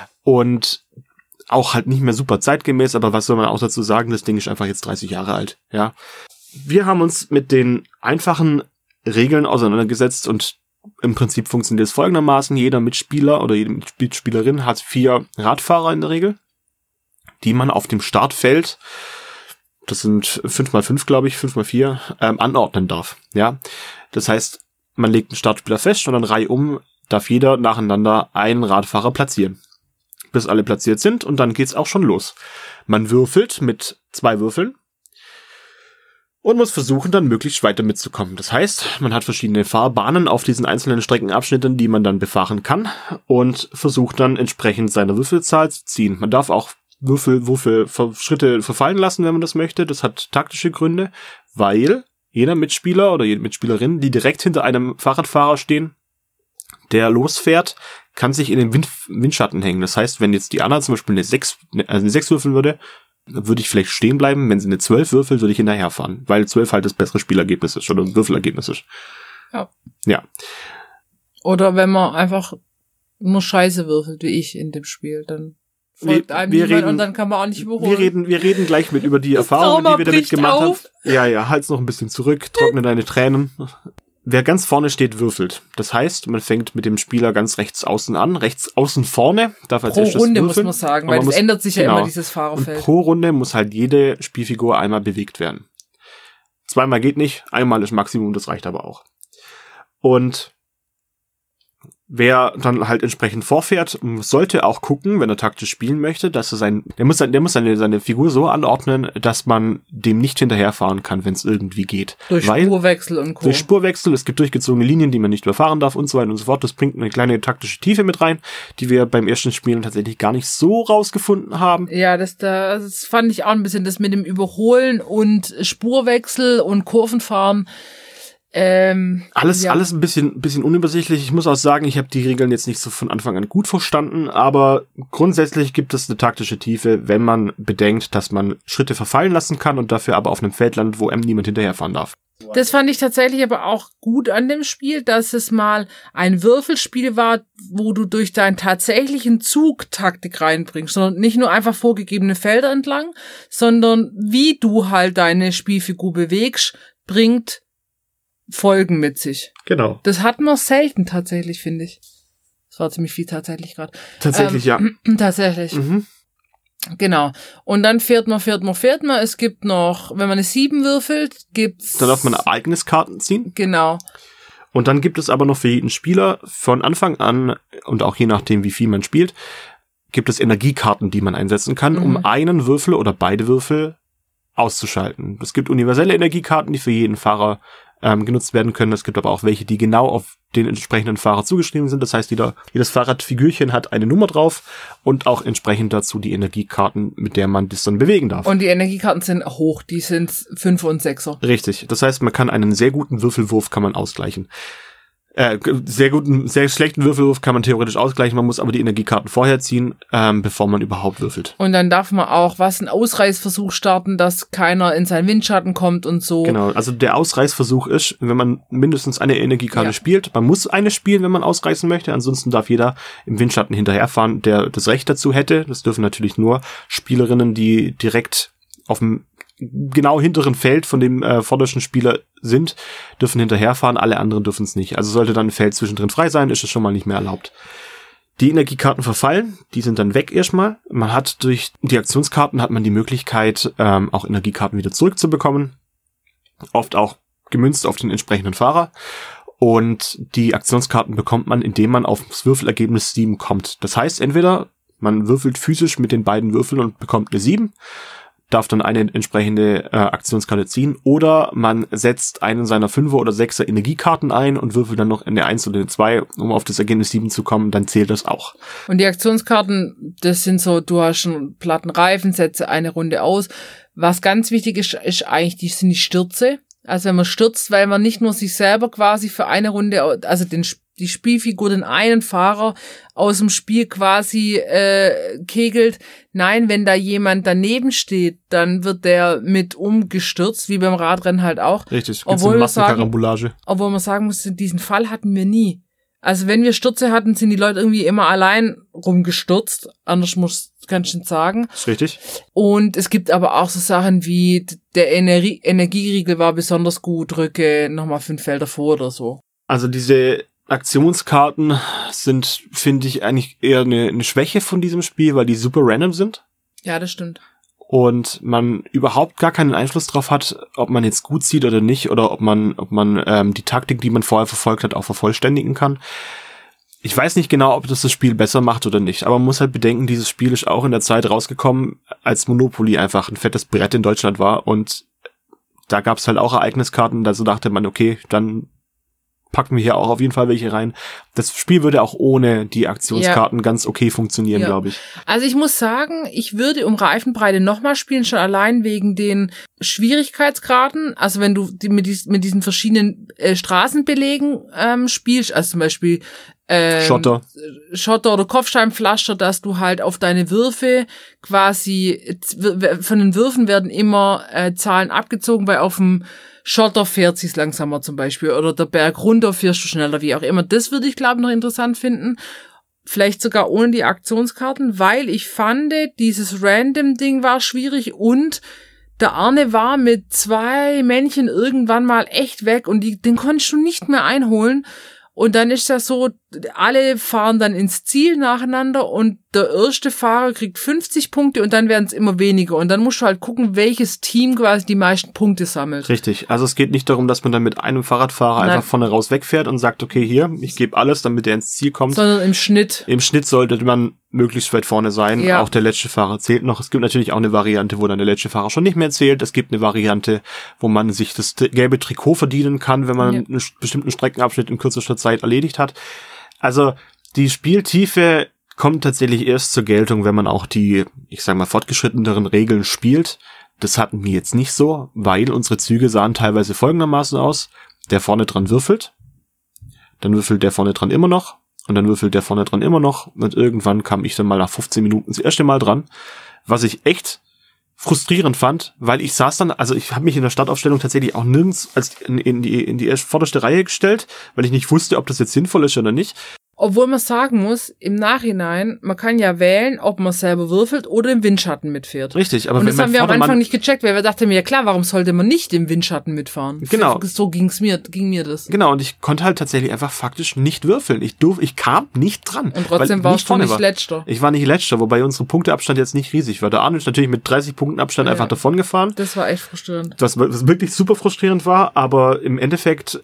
und auch halt nicht mehr super zeitgemäß, aber was soll man auch dazu sagen, das Ding ist einfach jetzt 30 Jahre alt, ja. Wir haben uns mit den einfachen Regeln auseinandergesetzt und im Prinzip funktioniert es folgendermaßen. Jeder Mitspieler oder jede Mitspielerin hat 4 Radfahrer in der Regel, die man auf dem Startfeld, das sind 5x5, glaube ich, 5x4, anordnen darf. Ja, das heißt, man legt einen Startspieler fest und dann reihum darf jeder nacheinander einen Radfahrer platzieren, bis alle platziert sind und dann geht's auch schon los. Man würfelt mit 2 Würfeln und muss versuchen, dann möglichst weiter mitzukommen. Das heißt, man hat verschiedene Fahrbahnen auf diesen einzelnen Streckenabschnitten, die man dann befahren kann und versucht dann entsprechend seine Würfelzahl zu ziehen. Man darf auch Schritte verfallen lassen, wenn man das möchte. Das hat taktische Gründe, weil jeder Mitspieler oder jede Mitspielerin, die direkt hinter einem Fahrradfahrer stehen, der losfährt, kann sich in den Windschatten hängen. Das heißt, wenn jetzt die Anna zum Beispiel eine 6 würfeln würde ich vielleicht stehen bleiben. Wenn sie eine 12 würfelt, würde ich hinterherfahren, weil 12 halt das bessere Spielergebnis ist oder ein Würfelergebnis ist. Ja. Oder wenn man einfach nur Scheiße würfelt, wie ich in dem Spiel, dann folgt einem niemand und dann kann man auch nicht überholen. Wir reden gleich über die Erfahrungen, die wir damit gemacht haben. Ja, halt's noch ein bisschen zurück, trockne deine Tränen. Wer ganz vorne steht, würfelt. Das heißt, man fängt mit dem Spieler ganz rechts außen an, rechts außen vorne. Darf als erstes Runde würfeln, muss man sagen, weil es ändert sich ja immer dieses Fahrerfeld. Und pro Runde muss halt jede Spielfigur einmal bewegt werden. 2-mal geht nicht, 1-mal ist Maximum, das reicht aber auch. Und wer dann halt entsprechend vorfährt, sollte auch gucken, wenn er taktisch spielen möchte, dass er der muss seine Figur so anordnen, dass man dem nicht hinterherfahren kann, wenn es irgendwie geht. Durch Spurwechsel und Co. Durch Spurwechsel, es gibt durchgezogene Linien, die man nicht überfahren darf und so weiter und so fort. Das bringt eine kleine taktische Tiefe mit rein, die wir beim ersten Spielen tatsächlich gar nicht so rausgefunden haben. Ja, das fand ich auch ein bisschen, das mit dem Überholen und Spurwechsel und Kurvenfahren. Alles ein bisschen unübersichtlich. Ich muss auch sagen, ich habe die Regeln jetzt nicht so von Anfang an gut verstanden, aber grundsätzlich gibt es eine taktische Tiefe, wenn man bedenkt, dass man Schritte verfallen lassen kann und dafür aber auf einem Feld landet, wo einem niemand hinterherfahren darf. Das fand ich tatsächlich aber auch gut an dem Spiel, dass es mal ein Würfelspiel war, wo du durch deinen tatsächlichen Zug Taktik reinbringst, sondern nicht nur einfach vorgegebene Felder entlang, sondern wie du halt deine Spielfigur bewegst, bringt Folgen mit sich. Genau. Das hatten wir selten tatsächlich, finde ich. Das war ziemlich viel tatsächlich gerade. Tatsächlich, ja. Tatsächlich. Genau. Und dann fährt man. Es gibt noch, wenn man eine 7 würfelt, gibt's... Dann darf man Ereigniskarten ziehen. Genau. Und dann gibt es aber noch für jeden Spieler von Anfang an, und auch je nachdem, wie viel man spielt, gibt es Energiekarten, die man einsetzen kann, um einen Würfel oder beide Würfel auszuschalten. Es gibt universelle Energiekarten, die für jeden Fahrer genutzt werden können. Es gibt aber auch welche, die genau auf den entsprechenden Fahrer zugeschrieben sind. Das heißt, jedes Fahrradfigürchen hat eine Nummer drauf und auch entsprechend dazu die Energiekarten, mit der man das dann bewegen darf. Und die Energiekarten sind hoch, die sind 5er und 6er. Richtig. Das heißt, man kann einen sehr guten Würfelwurf kann man ausgleichen. Sehr schlechten Würfelwurf kann man theoretisch ausgleichen, man muss aber die Energiekarten vorher ziehen, bevor man überhaupt würfelt. Und dann darf man auch einen Ausreißversuch starten, dass keiner in seinen Windschatten kommt und so. Genau, also der Ausreißversuch ist, wenn man mindestens eine Energiekarte spielt, man muss eine spielen, wenn man ausreißen möchte, ansonsten darf jeder im Windschatten hinterherfahren, der das Recht dazu hätte. Das dürfen natürlich nur Spielerinnen, die direkt auf dem genau hinteren Feld von dem vordersten Spieler sind, dürfen hinterherfahren, alle anderen dürfen es nicht. Also sollte dann ein Feld zwischendrin frei sein, ist es schon mal nicht mehr erlaubt. Die Energiekarten verfallen, die sind dann weg erstmal. Man hat durch die Aktionskarten hat man die Möglichkeit, auch Energiekarten wieder zurückzubekommen. Oft auch gemünzt auf den entsprechenden Fahrer. Und die Aktionskarten bekommt man, indem man auf das Würfelergebnis 7 kommt. Das heißt, entweder man würfelt physisch mit den beiden Würfeln und bekommt eine 7, darf dann eine entsprechende Aktionskarte ziehen, oder man setzt einen seiner 5er oder 6er Energiekarten ein und würfelt dann noch eine 1 oder eine 2, um auf das Ergebnis 7 zu kommen, dann zählt das auch. Und die Aktionskarten, das sind so, du hast einen platten Reifen, setze eine Runde aus. Was ganz wichtig ist eigentlich, sind die Stürze. Also wenn man stürzt, weil man nicht nur sich selber quasi für eine Runde, also die Spielfigur, den einen Fahrer aus dem Spiel quasi kegelt. Nein, wenn da jemand daneben steht, dann wird der mit umgestürzt, wie beim Radrennen halt auch. Richtig, gibt's eine Massenkarambolage. Obwohl man sagen muss, diesen Fall hatten wir nie. Also wenn wir Stürze hatten, sind die Leute irgendwie immer allein rumgestürzt. Anders kannst du nicht sagen. Ist richtig. Und es gibt aber auch so Sachen wie, der Energieriegel war besonders gut, drücke nochmal 5 Felder vor oder so. Also diese Aktionskarten sind, finde ich, eigentlich eher eine Schwäche von diesem Spiel, weil die super random sind. Ja, das stimmt. Und man überhaupt gar keinen Einfluss drauf hat, ob man jetzt gut sieht oder nicht, oder ob man die Taktik, die man vorher verfolgt hat, auch vervollständigen kann. Ich weiß nicht genau, ob das Spiel besser macht oder nicht, aber man muss halt bedenken, dieses Spiel ist auch in der Zeit rausgekommen, als Monopoly einfach ein fettes Brett in Deutschland war, und da gab es halt auch Ereigniskarten, da so dachte man, okay, dann packen wir hier auch auf jeden Fall welche rein. Das Spiel würde auch ohne die Aktionskarten ganz okay funktionieren, glaube ich. Also ich muss sagen, ich würde um Reifenbreite nochmal spielen, schon allein wegen den Schwierigkeitsgraden. Also wenn du mit diesen verschiedenen Straßenbelegen spielst, also zum Beispiel Schotter oder Kopfsteinpflaster, dass du halt auf deine Würfe quasi, von den Würfen werden immer Zahlen abgezogen, weil auf dem Schotter fährt sich's langsamer zum Beispiel, oder der Berg runter fährst du schneller, wie auch immer. Das würde ich, glaube ich, noch interessant finden. Vielleicht sogar ohne die Aktionskarten, weil ich fand, dieses Random-Ding war schwierig, und der Arne war mit 2 Männchen irgendwann mal echt weg, und den konntest du nicht mehr einholen. Und dann ist das so, alle fahren dann ins Ziel nacheinander, und der erste Fahrer kriegt 50 Punkte, und dann werden es immer weniger. Und dann musst du halt gucken, welches Team quasi die meisten Punkte sammelt. Richtig. Also es geht nicht darum, dass man dann mit einem Fahrradfahrer einfach vorne raus wegfährt und sagt, okay, hier, ich gebe alles, damit er ins Ziel kommt. Sondern im Schnitt. Im Schnitt sollte man möglichst weit vorne sein. Ja. Auch der letzte Fahrer zählt noch. Es gibt natürlich auch eine Variante, wo dann der letzte Fahrer schon nicht mehr zählt. Es gibt eine Variante, wo man sich das gelbe Trikot verdienen kann, wenn man einen bestimmten Streckenabschnitt in kürzester Zeit erledigt hat. Also die Spieltiefe kommt tatsächlich erst zur Geltung, wenn man auch die, ich sag mal, fortgeschritteneren Regeln spielt. Das hatten wir jetzt nicht so, weil unsere Züge sahen teilweise folgendermaßen aus. der vorne dran würfelt, dann würfelt der vorne dran immer noch und dann würfelt der vorne dran immer noch und irgendwann kam ich dann mal nach 15 Minuten das erste Mal dran, was ich echt frustrierend fand, weil ich saß dann, also ich habe mich in der Startaufstellung tatsächlich auch nirgends als in die vorderste Reihe gestellt, weil ich nicht wusste, ob das jetzt sinnvoll ist oder nicht. Obwohl man sagen muss, im Nachhinein, man kann ja wählen, ob man selber würfelt oder im Windschatten mitfährt. Richtig, aber und wenn das haben wir am Anfang nicht gecheckt, weil wir dachten mir, ja klar, warum sollte man nicht im Windschatten mitfahren? Genau. So ging mir das. Genau, und ich konnte halt tatsächlich einfach faktisch nicht würfeln. Ich kam nicht dran. Und trotzdem warst du nicht Letzter. Ich war nicht Letzter, wobei unsere Punkteabstand jetzt nicht riesig war. Der Arne ist natürlich mit 30 Punkten Abstand einfach davon gefahren. Das war echt frustrierend. Was wirklich super frustrierend war, aber im Endeffekt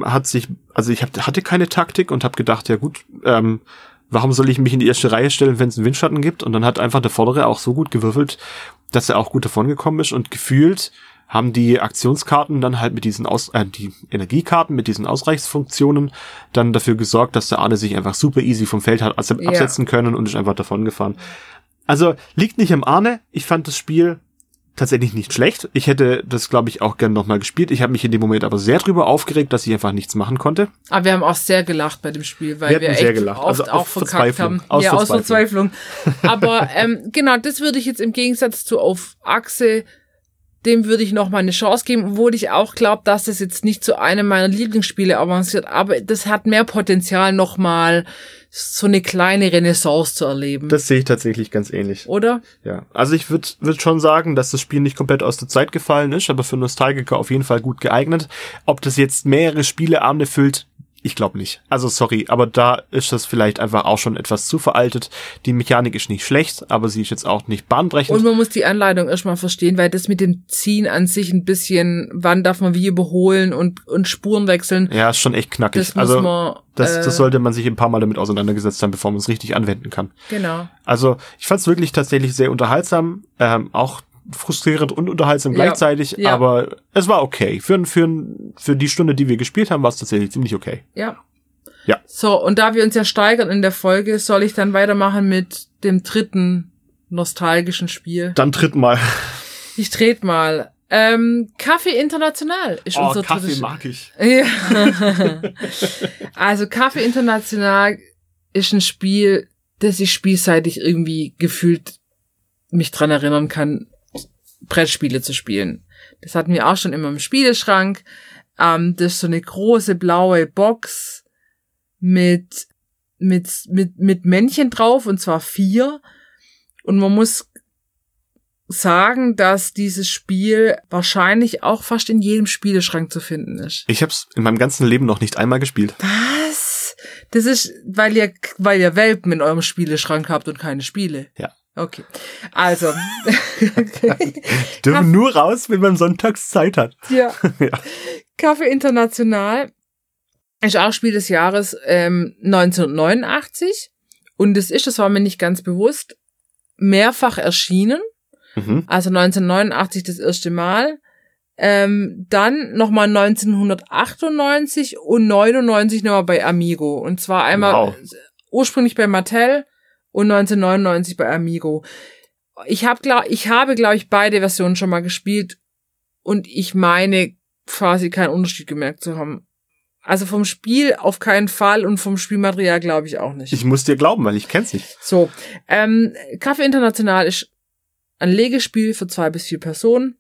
ich hatte keine Taktik und habe gedacht, ja gut, warum soll ich mich in die erste Reihe stellen, wenn es einen Windschatten gibt? Und dann hat einfach der Vordere auch so gut gewürfelt, dass er auch gut davon gekommen ist. Und gefühlt haben die Aktionskarten dann halt mit diesen die Energiekarten mit diesen Ausreichsfunktionen dann dafür gesorgt, dass der Arne sich einfach super easy vom Feld hat absetzen können und ist einfach davon gefahren. Also liegt nicht am Arne. Ich fand das Spiel tatsächlich nicht schlecht. Ich hätte das, glaube ich, auch gern nochmal gespielt. Ich habe mich in dem Moment aber sehr drüber aufgeregt, dass ich einfach nichts machen konnte. Aber wir haben auch sehr gelacht bei dem Spiel, weil wir echt oft auch verkackt haben. Aus Verzweiflung. Aber genau, das würde ich jetzt im Gegensatz zu Auf Achse, dem würde ich noch mal eine Chance geben, obwohl ich auch glaube, dass das jetzt nicht zu einem meiner Lieblingsspiele avanciert, aber das hat mehr Potenzial, noch mal so eine kleine Renaissance zu erleben. Das sehe ich tatsächlich ganz ähnlich. Oder? Ja, also ich würde schon sagen, dass das Spiel nicht komplett aus der Zeit gefallen ist, aber für Nostalgiker auf jeden Fall gut geeignet. Ob das jetzt mehrere Spieleabende füllt, ich glaube nicht. Also sorry, aber da ist das vielleicht einfach auch schon etwas zu veraltet. Die Mechanik ist nicht schlecht, aber sie ist jetzt auch nicht bahnbrechend. Und man muss die Anleitung erstmal verstehen, weil das mit dem Ziehen an sich ein bisschen, wann darf man wie überholen und Spuren wechseln. Ja, ist schon echt knackig. Das sollte man sich ein paar Mal damit auseinandergesetzt haben, bevor man es richtig anwenden kann. Genau. Also ich fand es wirklich tatsächlich sehr unterhaltsam, auch frustrierend und unterhaltsam gleichzeitig, aber es war okay. Für die Stunde, die wir gespielt haben, war es tatsächlich ziemlich okay. Ja. Ja. So, und da wir uns ja steigern in der Folge, soll ich dann weitermachen mit dem dritten nostalgischen Spiel? Dann tritt mal. Ich trete mal. Kaffee International ist unser Kaffee drittes. mag ich. Ja. Also Kaffee International ist ein Spiel, das ich spielseitig irgendwie gefühlt mich dran erinnern kann, Brettspiele zu spielen. Das hatten wir auch schon immer im Spieleschrank. Das ist so eine große blaue Box mit Männchen drauf, und zwar 4. Und man muss sagen, dass dieses Spiel wahrscheinlich auch fast in jedem Spieleschrank zu finden ist. Ich habe es in meinem ganzen Leben noch nicht einmal gespielt. Was? Das ist, weil ihr Welpen in eurem Spieleschrank habt und keine Spiele. Ja. Okay, also. Dürfen nur raus, wenn man sonntags Zeit hat. Ja. Kaffee International ist auch Spiel des Jahres 1989. Und das war mir nicht ganz bewusst, mehrfach erschienen. Mhm. Also 1989 das erste Mal. Dann nochmal 1998 und 99 nochmal bei Amigo. Und zwar einmal ursprünglich bei Mattel und 1999 bei Amigo. Ich habe, glaube ich, beide Versionen schon mal gespielt und ich meine quasi keinen Unterschied gemerkt zu haben. Also vom Spiel auf keinen Fall und vom Spielmaterial glaube ich auch nicht. Ich muss dir glauben, weil ich kenn's nicht. So, Kaffee International ist ein Legespiel für 2 bis 4 Personen.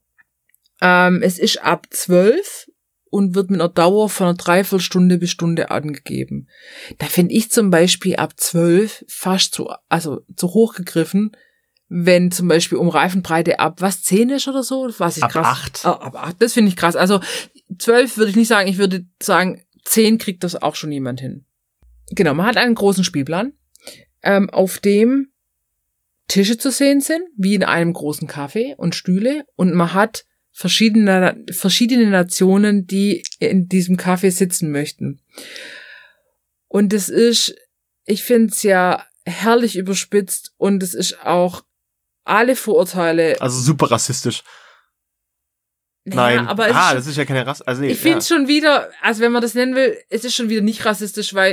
Es ist ab 12 und wird mit einer Dauer von einer Dreiviertelstunde bis Stunde angegeben. Da finde ich zum Beispiel ab 12 fast zu hoch gegriffen, wenn zum Beispiel um Reifenbreite ab 10 ist oder so, was ich krass. Ab 8, das finde ich krass. Also 12 würde ich nicht sagen, ich würde sagen 10 kriegt das auch schon jemand hin. Genau, man hat einen großen Spielplan, auf dem Tische zu sehen sind, wie in einem großen Café und Stühle, und man hat verschiedene Nationen, die in diesem Café sitzen möchten. Und es ist, ich finde es ja herrlich überspitzt, und es ist auch alle Vorurteile. Also super rassistisch. Naja, Nein, aber das ist ja keine Rasse. Also nee, ich finde es schon wieder, also wenn man das nennen will, es ist schon wieder nicht rassistisch, weil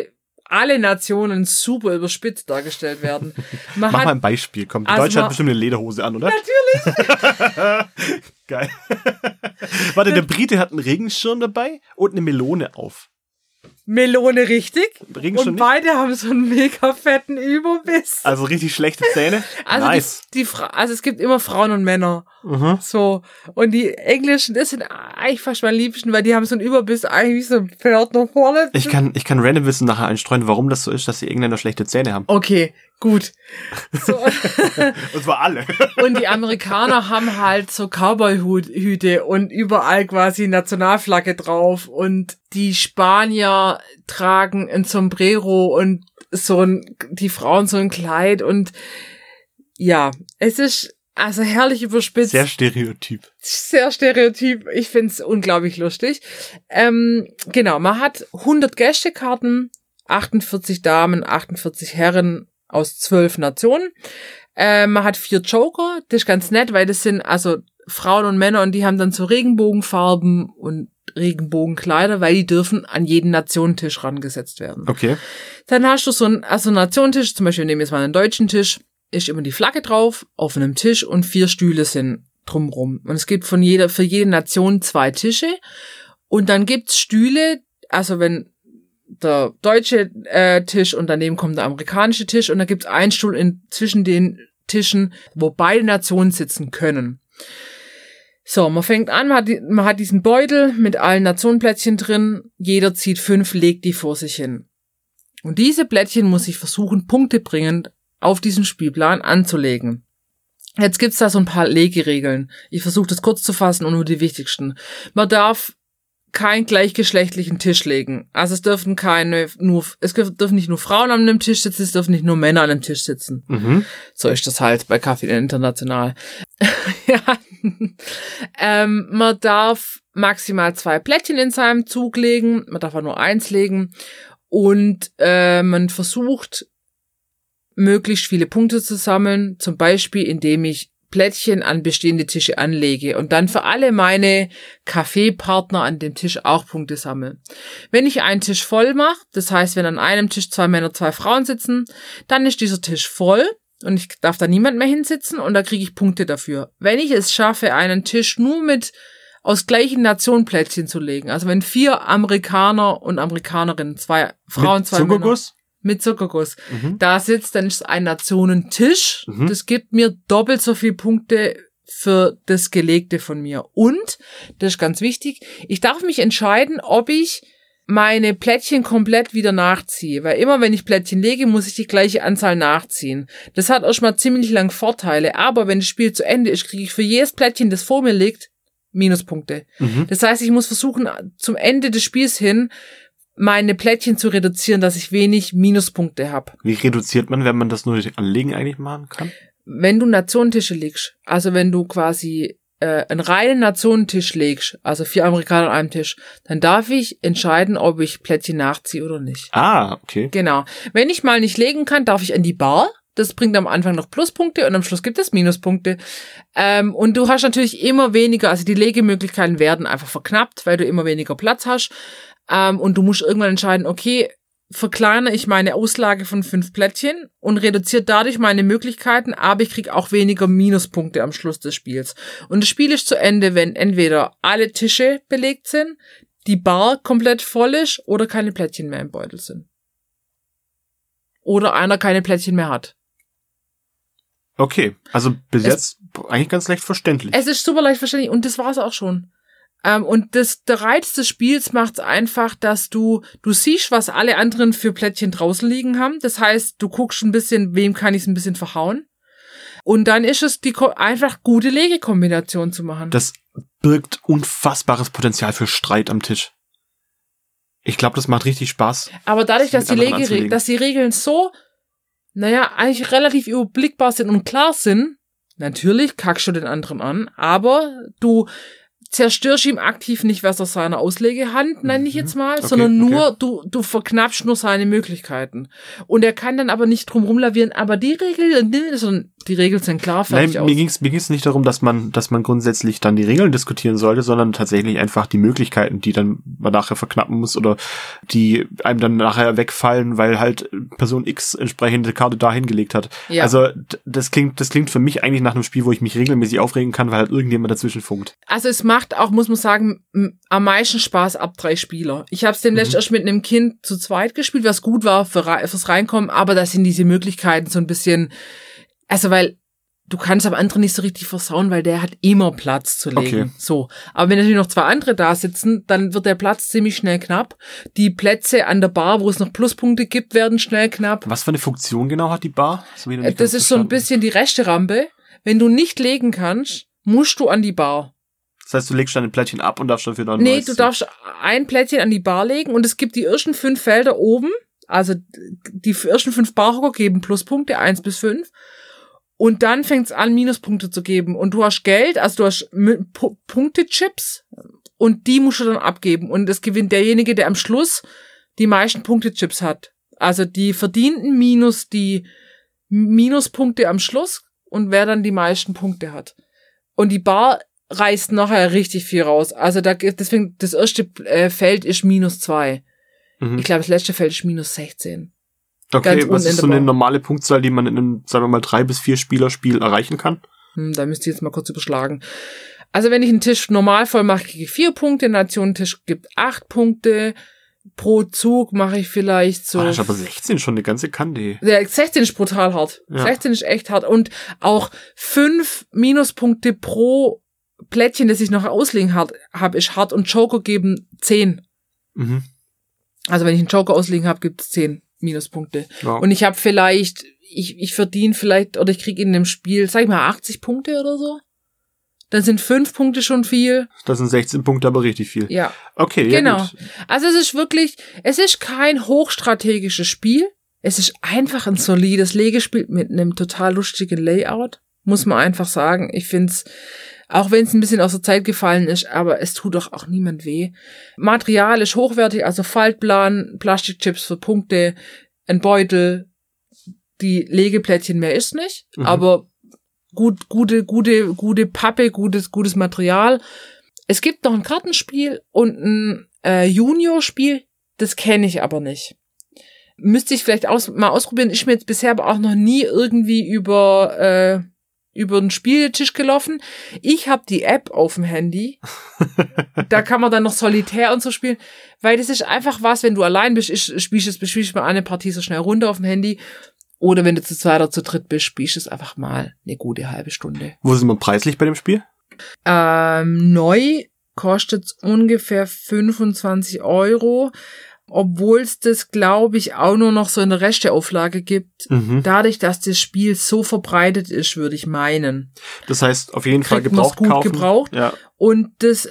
alle Nationen super überspitzt dargestellt werden. Mach mal ein Beispiel. Komm, die Deutsche hat bestimmt eine Lederhose an, oder? Natürlich. Geil. Warte, der Brite hat einen Regenschirm dabei und eine Melone auf. Melone richtig. Regenschirm und beide haben so einen mega fetten Überbiss. Also richtig schlechte Zähne. Also nice. Also es gibt immer Frauen und Männer. So. Und die Englischen, das sind eigentlich fast meine Liebsten, weil die haben so einen Überbiss eigentlich wie so ein Pferd nach vorne. Ich kann random Wissen nachher einstreuen, warum das so ist, dass die Engländer schlechte Zähne haben. Okay, gut. So. Und zwar alle. Und die Amerikaner haben halt so Cowboy-Hüte und überall quasi Nationalflagge drauf. Und die Spanier tragen ein Sombrero und die Frauen so ein Kleid. Und ja, es ist also herrlich überspitzt. Sehr stereotyp. Sehr stereotyp. Ich find's unglaublich lustig. Genau, man hat 100 Gästekarten, 48 Damen, 48 Herren aus 12 Nationen. Man hat 4 Joker. Das ist ganz nett, weil das sind also Frauen und Männer und die haben dann so Regenbogenfarben und Regenbogenkleider, weil die dürfen an jeden Nationentisch rangesetzt werden. Okay. Dann hast du so einen Nationentisch, zum Beispiel nehmen wir jetzt mal einen deutschen Tisch, ist immer die Flagge drauf, auf einem Tisch und 4 Stühle sind drumrum. Und es gibt für jede Nation 2 Tische und dann gibt's Stühle, also wenn der deutsche Tisch und daneben kommt der amerikanische Tisch und da gibt's einen Stuhl zwischen den Tischen, wo beide Nationen sitzen können. So, man fängt an, man hat diesen Beutel mit allen Nationenplättchen drin, jeder zieht 5, legt die vor sich hin. Und diese Plättchen muss ich versuchen, punktebringend auf diesem Spielplan anzulegen. Jetzt gibt's da so ein paar Legeregeln. Ich versuche das kurz zu fassen und nur die wichtigsten. Man darf keinen gleichgeschlechtlichen Tisch legen. Also es dürfen nicht nur Frauen an einem Tisch sitzen, es dürfen nicht nur Männer an einem Tisch sitzen. So ist das halt bei Café International. Ja. Man darf maximal 2 Plättchen in seinem Zug legen, man darf auch nur 1 legen und man versucht, möglichst viele Punkte zu sammeln, zum Beispiel indem ich Plättchen an bestehende Tische anlege und dann für alle meine Kaffeepartner an dem Tisch auch Punkte sammle. Wenn ich einen Tisch voll mache, das heißt, wenn an einem Tisch 2 Männer, 2 Frauen sitzen, dann ist dieser Tisch voll und ich darf da niemand mehr hinsitzen und da kriege ich Punkte dafür. Wenn ich es schaffe, einen Tisch nur aus gleichen Nationen Plättchen zu legen, also wenn 4 Amerikaner und Amerikanerinnen, 2 Frauen, 2 Männer mit Zuckerguss da sitzt, dann ist es ein Nationentisch. Das gibt mir doppelt so viele Punkte für das Gelegte von mir. Und, das ist ganz wichtig, ich darf mich entscheiden, ob ich meine Plättchen komplett wieder nachziehe. Weil immer, wenn ich Plättchen lege, muss ich die gleiche Anzahl nachziehen. Das hat erstmal ziemlich lang Vorteile. Aber wenn das Spiel zu Ende ist, kriege ich für jedes Plättchen, das vor mir liegt, Minuspunkte. Das heißt, ich muss versuchen, zum Ende des Spiels hin meine Plättchen zu reduzieren, dass ich wenig Minuspunkte habe. Wie reduziert man, wenn man das nur durch Anlegen eigentlich machen kann? Wenn du Nationentische legst, also wenn du quasi einen reinen Nationentisch legst, also 4 Amerikaner an einem Tisch, dann darf ich entscheiden, ob ich Plättchen nachziehe oder nicht. Ah, okay. Genau. Wenn ich mal nicht legen kann, darf ich an die Bar. Das bringt am Anfang noch Pluspunkte und am Schluss gibt es Minuspunkte. Und du hast natürlich immer weniger, also die Legemöglichkeiten werden einfach verknappt, weil du immer weniger Platz hast. Und du musst irgendwann entscheiden, okay, verkleinere ich meine Auslage von 5 Plättchen und reduziere dadurch meine Möglichkeiten, aber ich kriege auch weniger Minuspunkte am Schluss des Spiels. Und das Spiel ist zu Ende, wenn entweder alle Tische belegt sind, die Bar komplett voll ist oder keine Plättchen mehr im Beutel sind. Oder einer keine Plättchen mehr hat. Okay, also bis jetzt eigentlich ganz leicht verständlich. Es ist super leicht verständlich und das war's auch schon. Und der Reiz des Spiels macht's einfach, dass du siehst, was alle anderen für Plättchen draußen liegen haben. Das heißt, du guckst ein bisschen, wem kann ich es ein bisschen verhauen. Und dann ist es einfach gute Legekombination zu machen. Das birgt unfassbares Potenzial für Streit am Tisch. Ich glaube, das macht richtig Spaß. Aber dadurch, dass die Regeln so, eigentlich relativ überblickbar sind und klar sind, natürlich kackst du den anderen an, aber du zerstörst ihm aktiv nicht was aus seiner Auslegehand, nenne ich jetzt mal, sondern nur, du verknappst nur seine Möglichkeiten. Und er kann dann aber nicht drum rumlavieren, aber die Regel, sondern die Regeln sind klar, fertig aus. Mir ging's nicht darum, dass man grundsätzlich dann die Regeln diskutieren sollte, sondern tatsächlich einfach die Möglichkeiten, die dann man nachher verknappen muss oder die einem dann nachher wegfallen, weil halt Person X entsprechende Karte da hingelegt hat. Ja. Also das klingt für mich eigentlich nach einem Spiel, wo ich mich regelmäßig aufregen kann, weil halt irgendjemand dazwischen funkt. Also es macht auch, muss man sagen, am meisten Spaß ab 3 Spieler. Ich habe es demnächst erst mit einem Kind zu zweit gespielt, was gut war fürs Reinkommen, aber da sind diese Möglichkeiten so ein bisschen, also weil du kannst am anderen nicht so richtig versauen, weil der hat immer Platz zu legen. Okay. So. Aber wenn natürlich noch 2 andere da sitzen, dann wird der Platz ziemlich schnell knapp. Die Plätze an der Bar, wo es noch Pluspunkte gibt, werden schnell knapp. Was für eine Funktion genau hat die Bar? Das ist so ein bisschen die Resterampe. Wenn du nicht legen kannst, musst du an die Bar. Das heißt, du legst dann ein Plättchen ab und darfst dafür noch ein Nee, du darfst ein Plättchen an die Bar legen und es gibt die ersten 5 Felder oben. Also die ersten 5 Barhocker geben Pluspunkte, 1 bis 5. Und dann fängt's an, Minuspunkte zu geben. Und du hast Geld, also du hast Punktechips und die musst du dann abgeben. Und es gewinnt derjenige, der am Schluss die meisten Punktechips hat. Also die verdienten minus die Minuspunkte am Schluss und wer dann die meisten Punkte hat. Und die Bar reißt nachher richtig viel raus. Also deswegen, das erste Feld ist -2. Mhm. Ich glaube, das letzte Feld ist -16. Okay, was ist so eine normale Punktzahl, die man in einem, sagen wir mal, 3 bis 4 Spieler-Spiel erreichen kann? Da müsst ihr jetzt mal kurz überschlagen. Also wenn ich einen Tisch normal voll mache, kriege ich 4 Punkte, ein Nationentisch gibt 8 Punkte. Pro Zug mache ich vielleicht so... Das ist aber 16 schon eine ganze Kante. Ja, 16 ist brutal hart. Ja. 16 ist echt hart. Und auch 5 Minuspunkte pro Plättchen, das ich noch auslegen habe, ist hart. Und Joker geben 10. Mhm. Also wenn ich einen Joker auslegen habe, gibt es 10 Minuspunkte. Ja. Und ich habe vielleicht, ich verdiene vielleicht, oder ich kriege in dem Spiel, sag ich mal, 80 Punkte oder so. Dann sind 5 Punkte schon viel. Das sind 16 Punkte, aber richtig viel. Ja. Okay, ja, genau. Gut. Also es ist kein hochstrategisches Spiel. Es ist einfach ein solides Legespiel mit einem total lustigen Layout. Muss man einfach sagen. Ich find's, auch wenn es ein bisschen aus der Zeit gefallen ist, aber es tut doch auch niemand weh. Material ist hochwertig, also Faltplan, Plastikchips für Punkte, ein Beutel, die Legeplättchen mehr ist nicht, aber gute Pappe, gutes Material. Es gibt noch ein Kartenspiel und ein Junior-Spiel, das kenne ich aber nicht. Müsste ich vielleicht mal ausprobieren, ist mir jetzt bisher aber auch noch nie irgendwie über den Spieltisch gelaufen. Ich habe die App auf dem Handy. Da kann man dann noch Solitär und so spielen, weil das ist einfach was, wenn du allein bist, spielst mal eine Partie so schnell runter auf dem Handy. Oder wenn du zu zweit oder zu dritt bist, spielst du es einfach mal eine gute halbe Stunde. Wo sind wir preislich bei dem Spiel? Neu kostet es ungefähr 25 €. Obwohl es das, glaube ich, auch nur noch so in der Resteauflage gibt. Dadurch, dass das Spiel so verbreitet ist, würde ich meinen. Das heißt, auf jeden Fall gebraucht kaufen. Gebraucht. Ja. Und das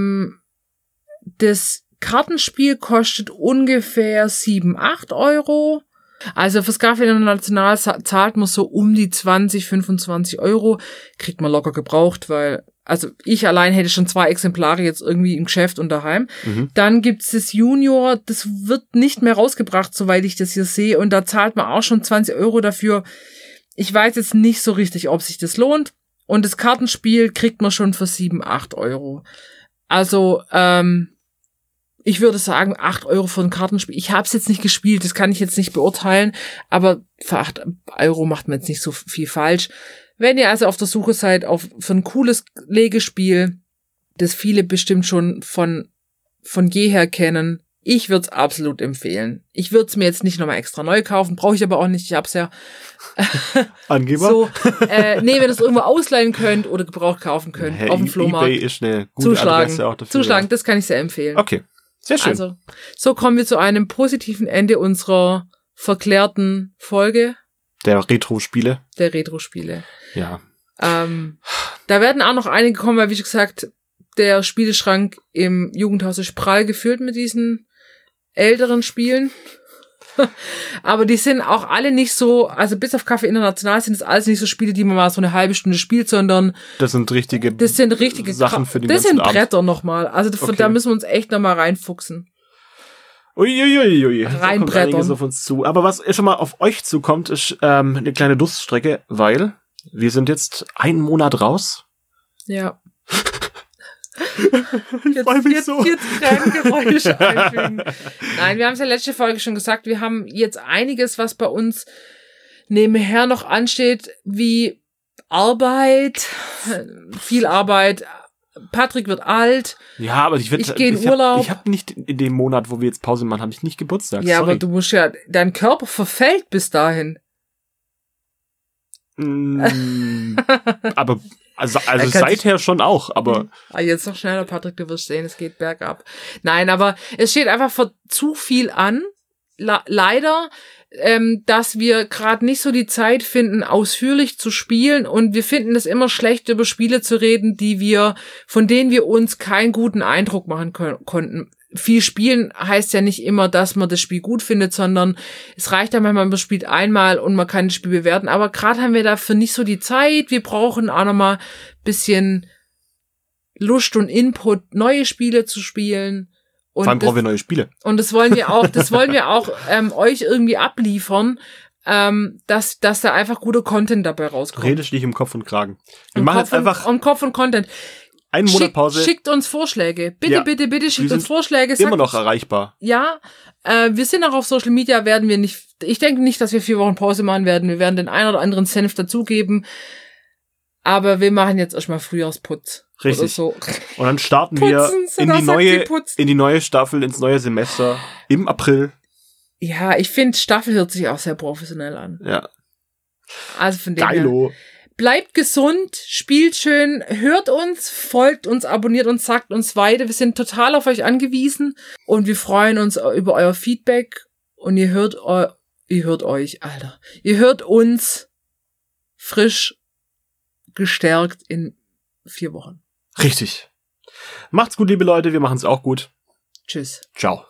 Kartenspiel kostet ungefähr 7-8 €. Also fürs Café International zahlt man so um die 20-25 €. Kriegt man locker gebraucht, weil... Also ich allein hätte schon 2 Exemplare jetzt irgendwie im Geschäft und daheim. Dann gibt's das Junior, das wird nicht mehr rausgebracht, soweit ich das hier sehe. Und da zahlt man auch schon 20 € dafür. Ich weiß jetzt nicht so richtig, ob sich das lohnt. Und das Kartenspiel kriegt man schon für 7-8 €. Also ich würde sagen 8 € für ein Kartenspiel. Ich habe es jetzt nicht gespielt, das kann ich jetzt nicht beurteilen. Aber für 8 € macht man jetzt nicht so viel falsch. Wenn ihr also auf der Suche seid für ein cooles Legespiel, das viele bestimmt schon von jeher kennen, ich würde es absolut empfehlen. Ich würde es mir jetzt nicht nochmal extra neu kaufen, brauche ich aber auch nicht, ich hab's ja Angeber? So, wenn ihr das irgendwo ausleihen könnt oder gebraucht kaufen könnt, auf dem Flohmarkt. eBay ist eine gute Adresse auch dafür. Zuschlagen, das kann ich sehr empfehlen. Okay, sehr schön. Also, so kommen wir zu einem positiven Ende unserer verklärten Folge. Der Retro-Spiele. Ja. Da werden auch noch einige kommen, weil, wie gesagt, der Spieleschrank im Jugendhaus ist prall gefüllt mit diesen älteren Spielen. Aber die sind auch alle nicht so, also bis auf Café International sind es alles nicht so Spiele, die man mal so eine halbe Stunde spielt, sondern das sind richtige Sachen für den Das sind Abend. Bretter nochmal. Also da müssen wir uns echt nochmal reinfuchsen. Uiuiui. Reinbrettern. Da kommt einiges auf uns zu. Aber was schon mal auf euch zukommt, ist eine kleine Durststrecke, weil Wir sind jetzt einen Monat raus. Ja. Ich freu mich so. Jetzt Geräusche einfügen. Nein, wir haben es ja letzte Folge schon gesagt, wir haben jetzt einiges, was bei uns nebenher noch ansteht, wie Arbeit, viel Arbeit. Patrick wird alt. Ja, aber ich gehe in Urlaub. Ich habe nicht in dem Monat, wo wir jetzt Pause machen, habe ich nicht Geburtstag. Ja, sorry. aber du musst ja, dein Körper verfällt bis dahin. Aber also seither schon auch, aber jetzt noch schneller, Patrick, du wirst sehen, es geht bergab. Nein, aber es steht einfach für zu viel an. Leider, dass wir gerade nicht so die Zeit finden, ausführlich zu spielen, und wir finden es immer schlecht, über Spiele zu reden, von denen wir uns keinen guten Eindruck machen konnten. Viel spielen heißt ja nicht immer, dass man das Spiel gut findet, sondern es reicht ja manchmal, man spielt einmal und man kann das Spiel bewerten. Aber gerade haben wir dafür nicht so die Zeit. Wir brauchen auch nochmal ein bisschen Lust und Input, neue Spiele zu spielen. Und vor allem brauchen wir neue Spiele. Und das wollen wir auch euch irgendwie abliefern, dass da einfach guter Content dabei rauskommt. Redest nicht im Kopf und Kragen. Wir machen jetzt einfach um Kopf und Content. Einen Monat Pause. Schickt uns Vorschläge. Bitte schickt uns Vorschläge. Immer noch erreichbar. Ja, wir sind auch auf Social Media, ich denke nicht, dass wir 4 Wochen Pause machen werden. Wir werden den einen oder anderen Senf dazugeben. Aber wir machen jetzt erstmal Frühjahrsputz. Richtig. Oder so. Und dann starten wir in die neue Staffel, ins neue Semester im April. Ja, ich finde, Staffel hört sich auch sehr professionell an. Ja. Also von dem Geilo. her. Bleibt gesund, spielt schön, hört uns, folgt uns, abonniert uns, sagt uns weiter. Wir sind total auf euch angewiesen und wir freuen uns über euer Feedback. Und ihr hört uns frisch gestärkt in 4 Wochen. Richtig. Macht's gut, liebe Leute. Wir machen's auch gut. Tschüss. Ciao.